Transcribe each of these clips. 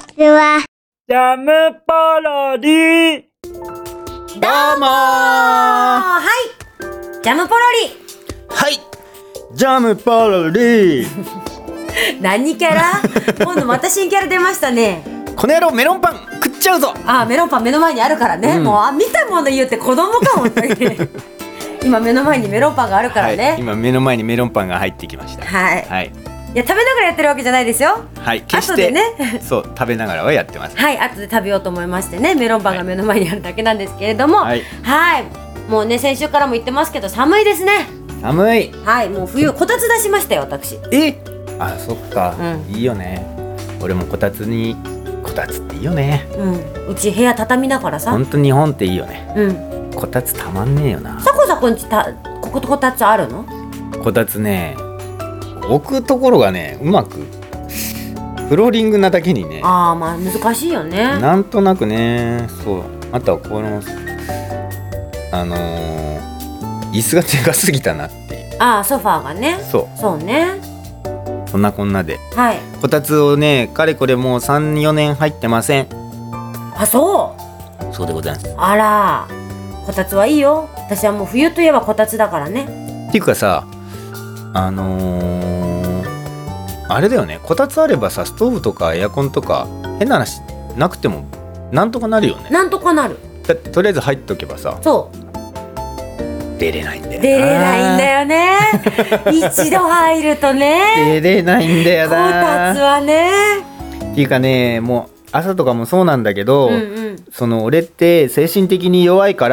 ちは。 ジャムパロディ。 どうもはい、ジャムポロはい、ジャムパロディ。 何キャラ今度また新キャラ出ましたね。 この野郎メロンパン食っちゃうぞ。 メロンパン目の前にあるからね、もう見たもの言うって子供かもって今目の前にメロンパンがあるからね、 はい、今目の前にメロンパンが入ってきました。 はい、 はい、 いや食べながらやってるわけじゃないですよ。 はい、決して後でねそう食べながらはやってます。 はい、後で食べようと思いましてね、メロンパンが目の前にあるだけなんですけれども、 はい、 はい、もうね先週からも言ってますけど寒いですね。 寒い。 はい、もう冬こたつ出しましたよ私。 そっか、いいよね。俺もこたつっていいよね。 うち部屋畳だからさ。 ほんと日本っていいよね。こたつたまんねえよな。 さこさこんちこたつあるの？ こたつね、置くところがねうまくフローリングなだけにね、 難しいよね。 なんとなくね。そう、あとはこの椅子がでかすぎたなっていう。 ソファーがね。そうね。 そんなこんなで、 はい、 こたつをねかれこれもう 3,4 年入ってません。そうでございます。 あら、こたつはいいよ。私はもう冬といえばこたつだからね。 っていうかさ、あれだよね、こたつあればさ、ストーブとかエアコンとか変な話なくてもなんとかなるよね。 なんとかなる。 だってとりあえず入っとけばさ、出れないんだよな。 出れないんだよね一度入るとね出れないんだよな、 こたつはね。 っていうかね、もう朝とかもそうなんだけど、その俺って精神的に弱いから。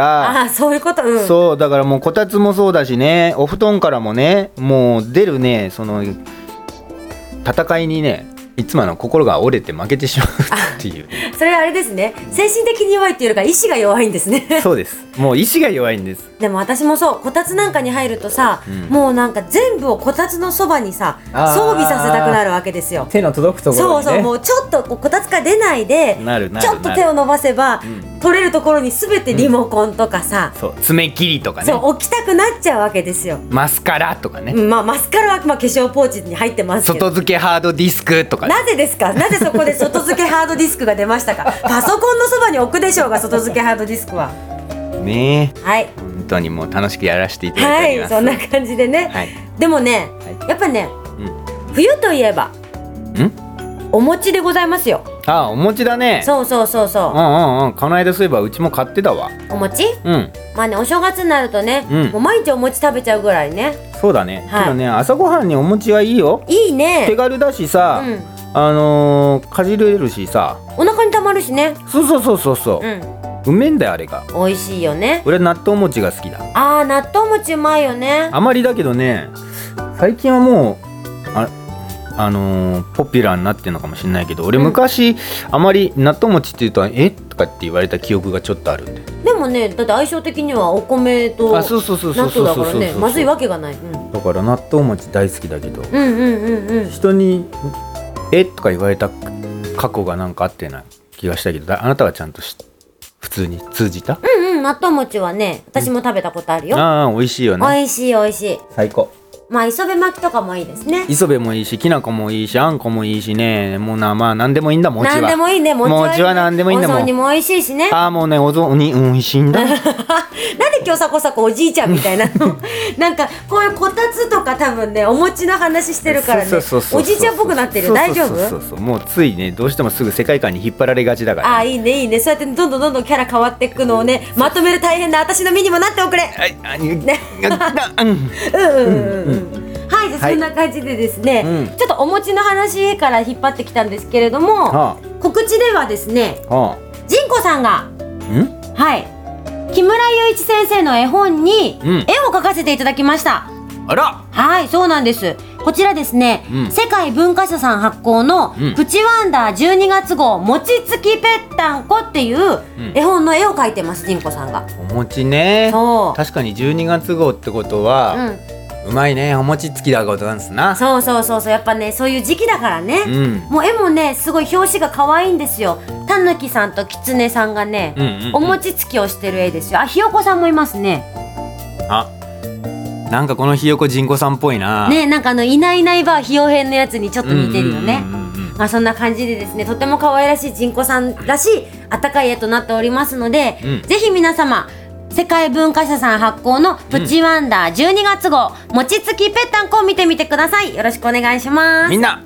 そういうこと。 そうだからもうこたつもそうだしね、お布団からもね、もう出るね、その戦いにね、いつも心が折れて負けてしまうっていう、 それはあれですね、精神的に弱いっていうよりか意志が弱いんですねそうです、もう意志が弱いんです。 でも私もそう、こたつなんかに入るとさ、もうなんか全部をこたつのそばにさ装備させたくなるわけですよ。 手の届くところにね。 そうもうちょっとこたつから出ないでちょっと手を伸ばせば、取れるところに全てリモコンとかさ、 爪切りとかね、 置きたくなっちゃうわけですよ。 マスカラとかね、 マスカラは化粧ポーチに入ってますけど、 外付けハードディスクとかね。 なぜですか？なぜそこで外付けハードディスクが出ましたか？パソコンのそばに置くでしょうが、外付けハードディスクはね。 はい、 本当にもう楽しくやらせていただいております。 そんな感じでね、でもね、やっぱね、冬といえばお餅でございますよ。 お餅だね。 そうこの間そういえばうちも買ってたわ、 お餅。お正月になるとね、もう毎日お餅食べちゃうぐらいね。 そうだね。けどね、朝ごはんにお餅はいいよ。 いいね。 手軽だしさ、かじれるしさ、 お腹にたまるしね。 うめんだよあれが。 美味しいよね。 俺納豆餅が好きだ。 納豆餅うまいよね。 あまりだけどね、最近はもうポピュラーになってるのかもしれないけど、俺昔、あまり納豆餅って言うととかって言われた記憶がちょっとあるんで。 でもね、だって相性的にはお米と納豆だからね、まずいわけがない。 だから納豆餅大好きだけど、人にとか言われた過去がなんかあってな気がしたけど、あなたはちゃんと普通に通じた？ 納豆餅はね、私も食べたことあるよ。 美味しいよね。 美味しい。 最高。 磯辺巻きとかもいいですね。 磯辺もいいし、きな粉もいいし、あんこもいいしね。もう何でもいいんだ、餅は。 何でもいいね、 餅は何でもいいんだもん。 お雑煮も美味しいしね。 もうね、お雑煮美味しいんだ。 なんで今日さこおじいちゃんみたいなのなんかこういうこたつとか多分ね、お餅の話してるからね、おじいちゃんっぽくなってるよ。大丈夫？ もうついね、どうしてもすぐ世界観に引っ張られがちだから。 いいね。そうやってどんどんキャラ変わっていくのをね、まとめる大変な私の身にもなっておくれ。はい、そんな感じでですね、ちょっとお餅の話から引っ張ってきたんですけれども、告知ではですね、ジンコさんが木村祐一先生の絵本に絵を描かせていただきました。 あら、 はい、そうなんです。こちらですね、世界文化社さん発行のプチワンダー12月号餅つきぺったんこっていう絵本の絵を描いてます、ジンコさんが。 お餅ね。確かに12月号ってことは、うまいね、お餅つきだことなんですな。 そうやっぱね、そういう時期だからね、もう絵もね、すごい表紙が可愛いんですよ。たぬきさんときつねさんがね、お餅つきをしてる絵ですよ。ひよこさんもいますね。 なんかこのひよこじんこさんっぽいな。 ね、なんかいないいないばーひよへんのやつにちょっと似てるよね。 まあそんな感じでですね、とても可愛らしいジンコさんらしいあったかい絵となっておりますので、ぜひ皆様世界文化社さん発行のプチワンダー12月号、餅つきぺったんこを見てみてください。よろしくお願いします。 みんな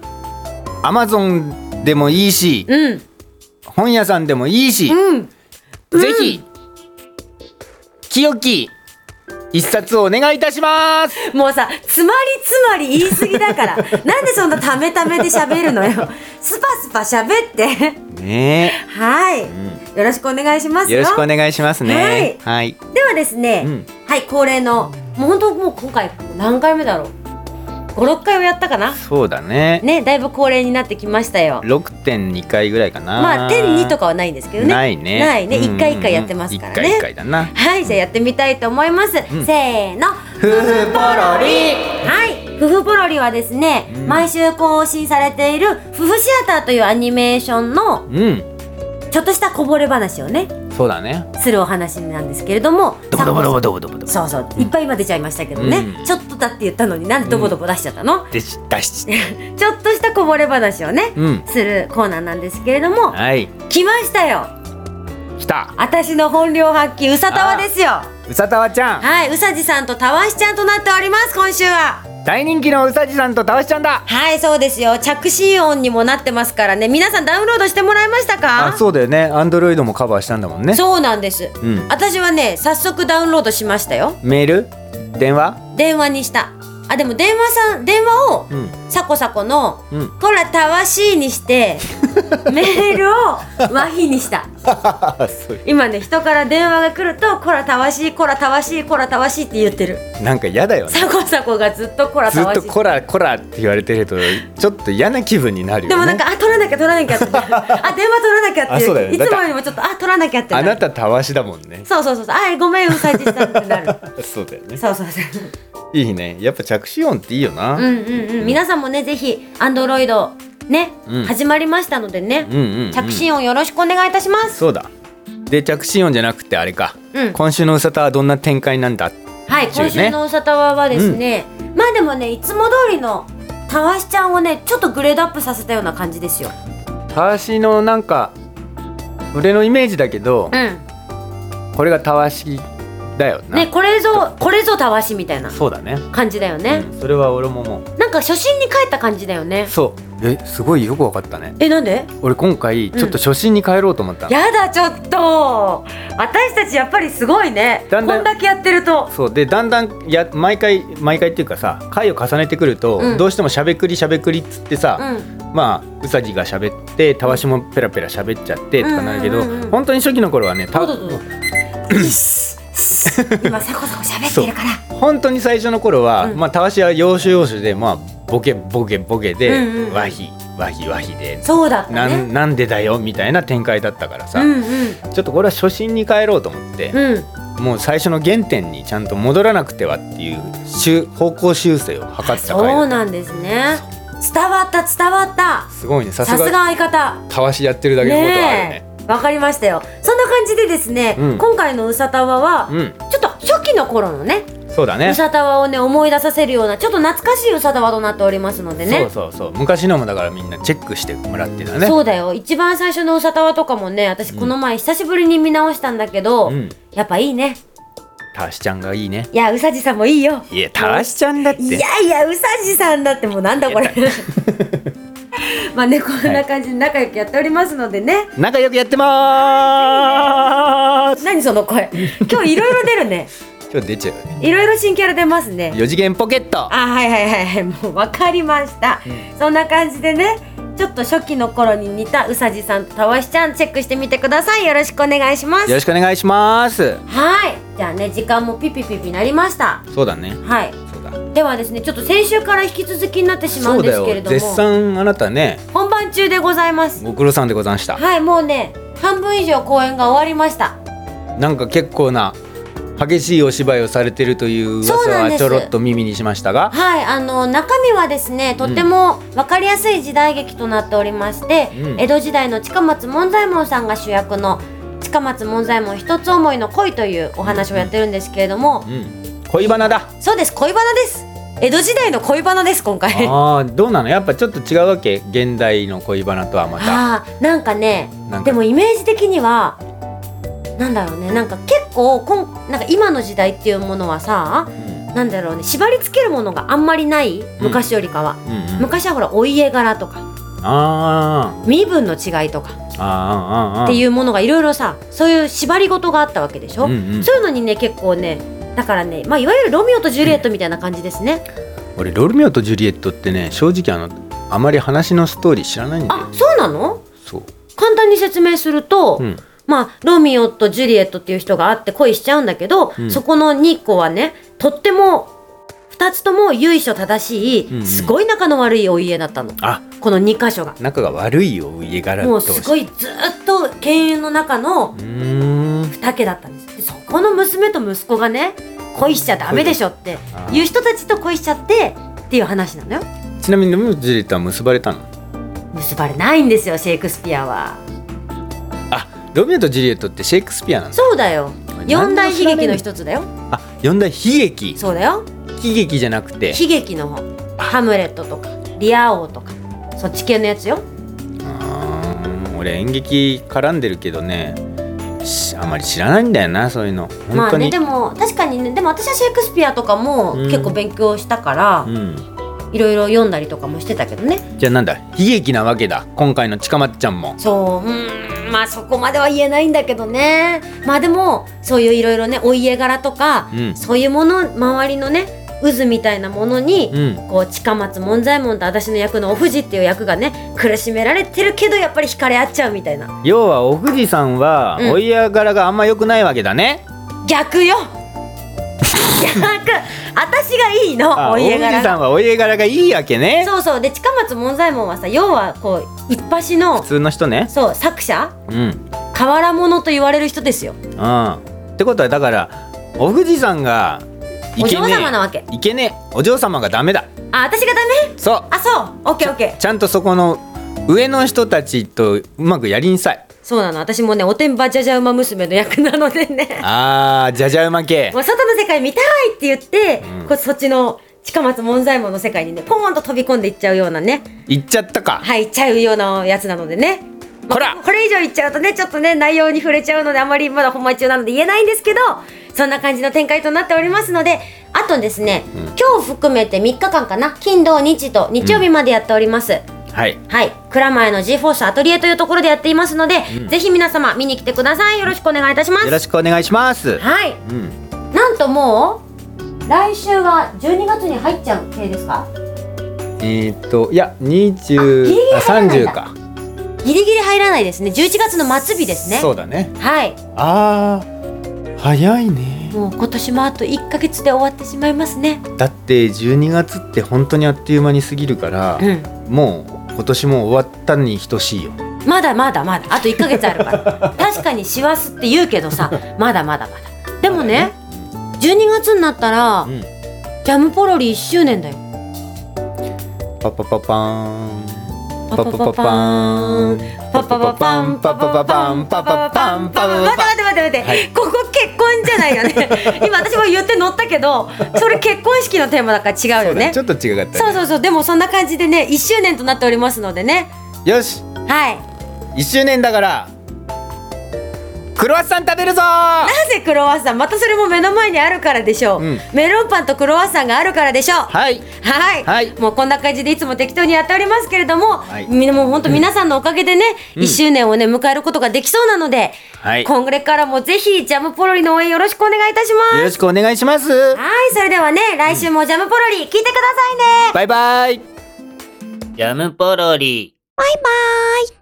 Amazon でもいいし、本屋さんでもいいし、ぜひ清き一冊をお願いいたします。 もうさ、つまり言い過ぎだからなんでそんなためためで喋るのよ。スパスパ喋ってね。 はい、よろしくお願いしますよ。 よろしくお願いしますね。はい、 ではですね、はい、恒例のもう本当もう今回何回目だろう、5、6回をやったかな。 そうだね。 ね、だいぶ恒例になってきましたよ。 6.2 回ぐらいかな。 まあ点2とかはないんですけどね。 ないね。 ないね。1回1回やってますからね。 1回1回だな。 はい、じゃあやってみたいと思います。せーの。 夫婦ポロリ。 はい、夫婦ポロリはですね、毎週更新されている夫婦シアターというアニメーションのちょっとしたこぼれ話をね、 そうだね、 するお話なんですけれども、 ドボドボドボドボドボドボ、 そうそう、いっぱい今出ちゃいましたけどね、ちょっとだって言ったのになんでドボドボ出しちゃったの、 出しちょっとしたこぼれ話をね、するコーナーなんですけれども、 はい、 来ましたよ。 来た。 私の本領発揮、うさたわですよ。 うさたわちゃん。 はい、うさじさんとたわしちゃんとなっております。今週は大人気のうさじさんとたわしちゃんだ。 はい、そうですよ。着信音にもなってますからね。皆さんダウンロードしてもらいましたか？ あ、そうだよね。アンドロイドもカバーしたんだもんね。 そうなんです、私はね、早速ダウンロードしましたよ。 メール？電話にした。 あ、でも電話を、サコサコの、こらたわしいにしてメールを和比にした今ね、人から電話が来るとこらたわしいこらたわしいこらたわしいって言ってる。 なんか嫌だよね。 サコサコがずっとこらたわしい、 ずっとこらこらって言われてるとちょっと嫌な気分になるよね。 でもなんか取らなきゃってあ、電話取らなきゃっていう、いつもよりもちょっと取らなきゃってあなたたわしだもんね。 そうあ、ごめんうさじさんってなるそうだよね。 そういいね。やっぱ着信音っていいよな。 皆さんもね、ぜひアンドロイドね、始まりましたのでね、着信音よろしくお願いいたします。 そうだ。で、着信音じゃなくてあれか、今週のうさたはどんな展開なんだ。 はい、今週のうさたはですね、まあでもね、いつも通りのたわしちゃんをね、ちょっとグレードアップさせたような感じですよ。 たわしのなんか俺のイメージだけど、これがたわしだよな。 ね、これぞたわしみたいな。 そうだね。 感じだよね。 それは俺ももう。 なんか初心に帰った感じだよね。 そう。すごいよくわかったね。 なんで？ 俺今回ちょっと初心に帰ろうと思った。 やだ、ちょっと。私たちやっぱりすごいね。こんだけやってると。 そうで、だんだん毎回っていうかさ、回を重ねてくると、どうしてもしゃべくりっつってさ、まあうさじがしゃべってたわしもペラペラしゃべっちゃってとかなるけど、本当に初期の頃はね、 今サコサコ喋ってるから。 本当に最初の頃は、まあたわしは要所で、まあボケで、和比で、 そうだったね。 なんでだよみたいな展開だったからさ、ちょっとこれは初心に帰ろうと思って、もう最初の原点にちゃんと戻らなくてはっていう方向修正を図った回。 そうなんですね。伝わった。 すごいね。さすが相方。 たわしやってるだけのことはあるね。 わかりましたよ。そんな感じでですね、今回のうさたわは、ちょっと初期の頃のね、 そうだね、 うさたわをね、思い出させるようなちょっと懐かしいうさたわとなっておりますのでね。 そう昔のもだからみんなチェックしてもらってたね。 そうだよ。一番最初のうさたわとかもね、私この前久しぶりに見直したんだけど、やっぱいいね。 たわしちゃんがいいね。 いや、うさじさんもいいよ。 いや、たわしちゃんだって。 いや、うさじさんだって。もうなんだこれまあね、こんな感じで仲良くやっておりますのでね。 仲良くやってまーす。 何その声。今日いろいろ出るね。 今日出ちゃうね。 いろいろ新キャラ出ますね。 4次元ポケット。 はいもう分かりました、そんな感じでね、ちょっと初期の頃に似たうさじさんとたわしちゃんチェックしてみてください。よろしくお願いします。 よろしくお願いします。 はい、じゃあね、時間もピピなりました。 そうだね。 はい。ではですね、ちょっと先週から引き続きになってしまうんですけれども、 絶賛あなたね、 本番中でございます。 ご苦労さんでございました。 はい、もうね、半分以上公演が終わりました。 なんか結構な激しいお芝居をされてるという噂はちょろっと耳にしましたが、 はい、中身はですね、とても分かりやすい時代劇となっておりまして、江戸時代の近松門左衛門さんが主役の近松門左衛門一つ思いの恋というお話をやってるんですけれども、 恋バナだ。 そうです、恋バナです。 江戸時代の恋バナです今回。 どうなの、やっぱちょっと違うわけ、現代の恋バナとはまた。 なんかね、でもイメージ的にはなんだろうね、なんか結構なんか今の時代っていうものはさ、なんだろうね、縛り付けるものがあんまりない昔よりかは、昔はほらお家柄とか身分の違いとかっていうものがいろいろさ、そういう縛り事があったわけでしょ、そういうのにね結構ね、だからね、いわゆるロミオとジュリエットみたいな感じですね。 俺ロミオとジュリエットってね、正直あまり話のストーリー知らないんだよ。 そうなの？ そう。 簡単に説明すると、ロミオとジュリエットっていう人があって恋しちゃうんだけど、そこの2個はね、とっても2つとも由緒正しい、すごい仲の悪いお家だったの。この2箇所が仲が悪いお家柄、 もうすごいずっと犬猿の中の2家だったんです。でそこの娘と息子がね、恋しちゃダメでしょっていう人たちと恋しちゃってっていう話なのよ。 ちなみにロミオとジュリエットは結ばれたの？ 結ばれないんですよ、シェイクスピアは。 ロミオとジュリエットってシェイクスピアなんだ。 そうだよ、四大悲劇の一つだよ。 四大悲劇。 そうだよ、 悲劇じゃなくて悲劇の方。ハムレットとかリア王とかそっち系のやつよ。 俺演劇絡んでるけどね、あまり知らないんだよな、そういうの。本当に。 でも確かにね、でも私はシェイクスピアとかも結構勉強したから、いろいろ読んだりとかもしてたけどね。 じゃあなんだ、悲劇なわけだ今回の近松ちゃんも。 そう、そこまでは言えないんだけどね。でもそういういろいろね、お家柄とか、そういうもの、周りのね渦みたいなものに、こう近松門左衛門と私の役のお藤っていう役がね苦しめられてるけど、やっぱり惹かれ合っちゃうみたいな。 要はお藤さんは、お家柄があんま良くないわけだね。 逆よ私がいいの、お家柄が。お藤さんはお家柄がいいわけね。 そうそう。で近松門左衛門はさ、要はこう一発の普通の人ね。 そう、作者、変わら者と言われる人ですよ。 ってことはだからお藤さんがお嬢様なわけ。 いけねえ、お嬢様がダメだ。 私がダメ？ そう。 そう、オッケーオッケー。 ちゃんとそこの上の人たちとうまくやりんさい。 そうなの、私もねおてんばじゃじゃ馬娘の役なのでね。 じゃじゃ馬系。 もう外の世界見たいって言って、そっちの近松門左衛門の世界にねポーンと飛び込んでいっちゃうようなね。 行っちゃったか。 はい、行っちゃうようなやつなのでね。これ以上言っちゃうとね、ちょっとね内容に触れちゃうので、あまりまだ本番中なので言えないんですけど、そんな感じの展開となっておりますので、あとですね、今日含めて3日間かな、金土日と日曜日までやっております。はい、蔵前の G フォースアトリエというところでやっていますので、ぜひ皆様見に来てください。よろしくお願いいたします。 よろしくお願いします。 はい、なんともう来週は12月に入っちゃう系ですか？ いや30か。 ギリギリ入らないですね。11月の末日ですね。 そうだね。 はい。 早いね。 もう今年もあと1ヶ月で終わってしまいますね。 だって12月って本当にあっという間に過ぎるから、もう今年も終わったに等しいよ。 まだあと1ヶ月あるから確かに師走って言うけどさ、まだでもね、12月になったら、ジャムポロリ1周年だよ。 パパパパーンパパパパーンパパパパンパパパパンパパパンパパ。待って、ここ結婚じゃないよね。今私も言って乗ったけど、それ結婚式のテーマだから違うよね。 ちょっと違かった。 そう、でもそんな感じでね、1周年となっておりますのでね。 よし、1周年だからクロワッサン食べるぞ。 なぜクロワッサン？またそれも目の前にあるからでしょう。メロンパンとクロワッサンがあるからでしょう。はい、もうこんな感じでいつも適当にやっておりますけれども、もう本当皆さんのおかげでね、1周年をね迎えることができそうなので、これからもぜひジャムポロリの応援よろしくお願いいたします。 よろしくお願いします。 それではね、来週もジャムポロリ聞いてくださいね。 バイバイ。 ジャムポロリ。 バイバイ。